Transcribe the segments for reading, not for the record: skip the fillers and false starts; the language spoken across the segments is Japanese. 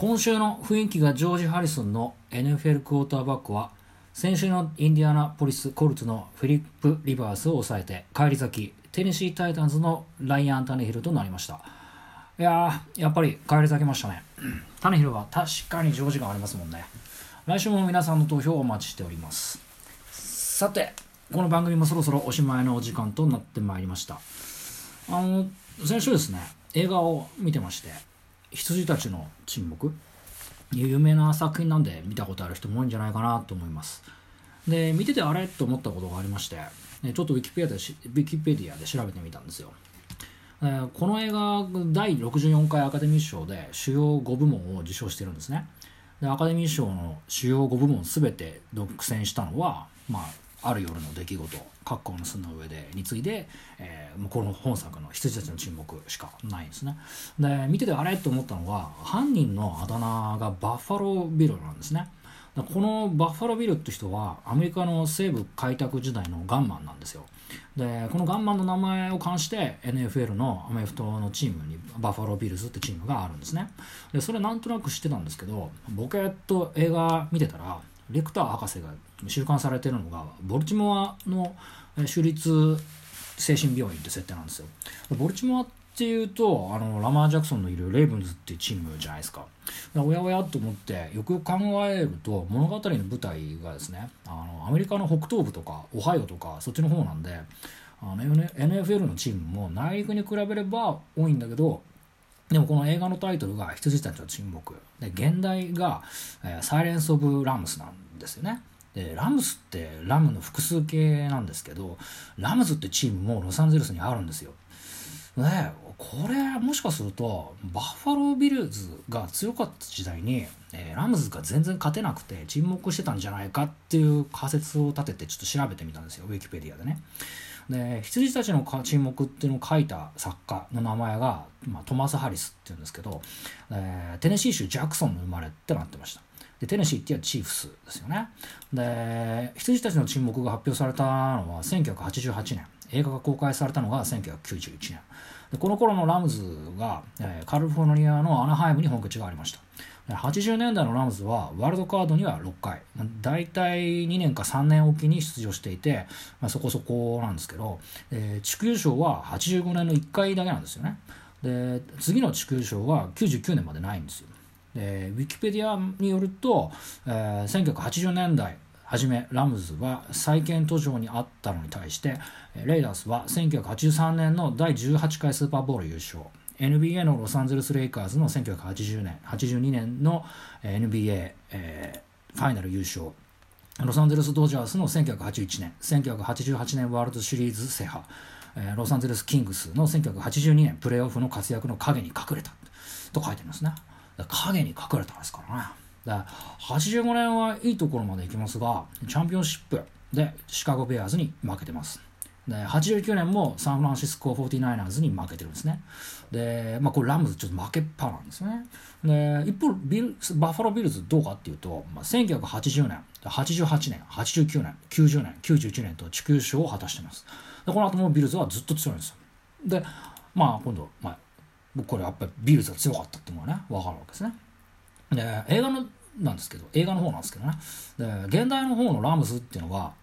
今週の雰囲気がジョージ・ハリソンの NFL クォーターバックは先週のインディアナポリス・コルツのフィリップ・リバースを抑えて返り咲きテネシー・タイタンズのライアン・タネヒルとなりました。やっぱり返り咲きましたね。タネヒルは確かにジョージがありますもんね。来週も皆さんの投票をお待ちしております。さてこの番組もそろそろおしまいのお時間となってまいりました。先週ですね、映画を見てまして、羊たちの沈黙、有名な作品なんで見たことある人も多いんじゃないかなと思います。で見ててあれと思ったことがありまして、ちょっとウィキペディアで調べてみたんですよ。この映画第64回アカデミー賞で主要5部門を受賞してるんですね。でアカデミー賞の主要5部門全て独占したのは、ある夜の出来事、カッコの巣の上でに次いで、この本作の羊たちの沈黙しかないんですね。で見ててあれと思ったのは、犯人のあだ名がバッファロービルなんですね。このバッファロービルって人はアメリカの西部開拓時代のガンマンなんですよ。でこのガンマンの名前を冠して NFL のアメフトのチームにバッファロービルズってチームがあるんですね。でそれなんとなく知ってたんですけど、ボケっと映画見てたらレクター博士が収監されてるのがボルチモアの州立精神病院って設定なんですよ。ボルチモアっていうとラマー・ジャクソンのいるレイブンズっていうチームじゃないですか。おやおやと思ってよくよく考えると、物語の舞台がですね、アメリカの北東部とかオハイオとかそっちの方なんで、NFL のチームも内陸に比べれば多いんだけど、でもこの映画のタイトルが羊たちの沈黙で、現代が、サイレンス・オブ・ラムスなんですよね。でラムスってラムの複数形なんですけど、ラムズってチームもロサンゼルスにあるんですよ。これもしかするとバッファロービルズが強かった時代に、ラムズが全然勝てなくて沈黙してたんじゃないかっていう仮説を立ててちょっと調べてみたんですよ、ウィキペディアでね。で羊たちの沈黙っていうのを書いた作家の名前が、トマス・ハリスっていうんですけど、テネシー州ジャクソンの生まれってなってました。でテネシーっていうのはチーフスですよね。で羊たちの沈黙が発表されたのは1988年、映画が公開されたのが1991年で、この頃のラムズが、カリフォルニアのアナハイムに本拠地がありました。80年代のラムズはワールドカードには6回、だいたい2年か3年おきに出場していて、そこそこなんですけど、地区優勝は85年の1回だけなんですよね。で次の地区優勝は99年までないんですよ。でウィキペディアによると、1980年代初めラムズは再建途上にあったのに対して、レイダースは1983年の第18回スーパーボール優勝、 NBA のロサンゼルスレイカーズの1980年82年の NBA、ファイナル優勝、ロサンゼルスドジャースの1981年1988年ワールドシリーズ制覇、ロサンゼルスキングスの1982年プレーオフの活躍の陰に隠れたと書いてるんですね。影に隠れたんですからね。85年はいいところまで行きますが、チャンピオンシップでシカゴベアーズに負けてます。で89年もサンフランシスコ 49ers に負けてるんですね。で、これラムズちょっと負けっぱなんですよね。で一方バッファロービルズどうかっていうと、1980年88年89年90年91年と地区優勝を果たしています。でこの後もビルズはずっと強いんですよ。で今度、僕これやっぱりビルズが強かったっていうのがね分かるわけですね。で映画の方なんですけどね、で現代の方のラムズっていうのは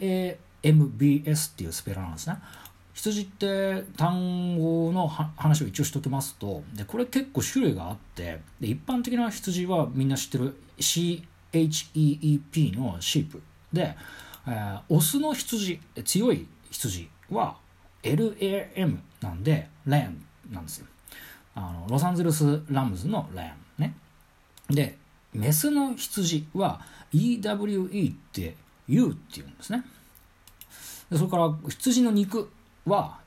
LAMBS っていうスペラーなんですね。羊って単語の話を一応しときますと、でこれ結構種類があって、で一般的な羊はみんな知ってる CHEEP のシープで、オスの羊、強い羊は LAM なんでレーンなんですよ。ロサンゼルスラムズのレーンね。でメスの羊は EWE って言うっていうんですね。でそれから羊の肉は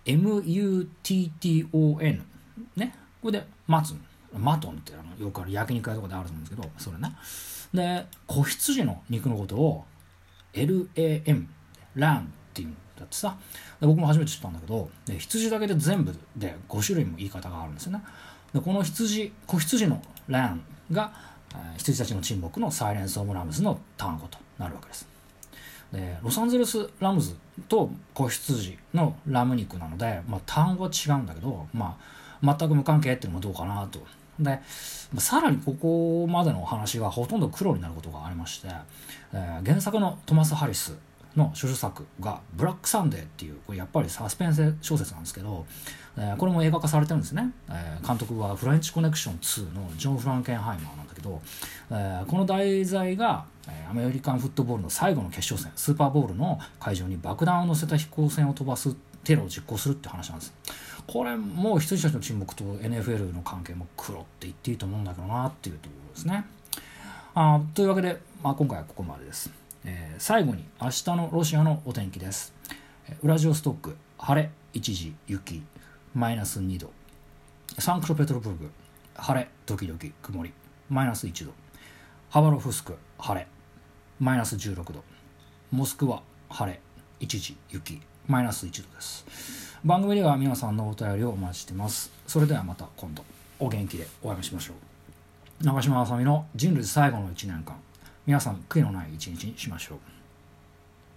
MUTTON ね。これでマトンってよくある焼肉屋とかであると思うんですけど、それね。で子羊の肉のことを LAM ランっていうんだってさ。で僕も初めて知ったんだけど、で羊だけで全部で5種類も言い方があるんですよね。でこの子羊のランが羊たちの沈黙のサイレンス・オブ・ラムズの単語となるわけです。でロサンゼルスラムズと子羊のラム肉なので、単語は違うんだけど、全く無関係っていうのもどうかなとでさらにここまでの話がほとんど黒になることがありまして、原作のトマス・ハリスの著書作がブラックサンデーっていう、これやっぱりサスペンス小説なんですけど、これも映画化されてるんですね。監督はフレンチコネクション2のジョン・フランケンハイマーなんだけど、この題材がアメリカンフットボールの最後の決勝戦スーパーボウルの会場に爆弾を乗せた飛行船を飛ばすテロを実行するって話なんです。これもう羊たちの沈黙と NFL の関係も黒って言っていいと思うんだけどなっていうところですね。というわけで、今回はここまでです。最後に明日のロシアのお天気です。ウラジオストック晴れ一時雪マイナス2度、サンクトペテルブルク晴れ時々曇りマイナス1度、ハバロフスク晴れマイナス16度、モスクワ晴れ一時雪マイナス1度です。番組では皆さんのお便りをお待ちしています。それではまた今度お元気でお会いしましょう。長嶋あさみの人類最後の1年間、皆さん悔いのない一日にしましょう。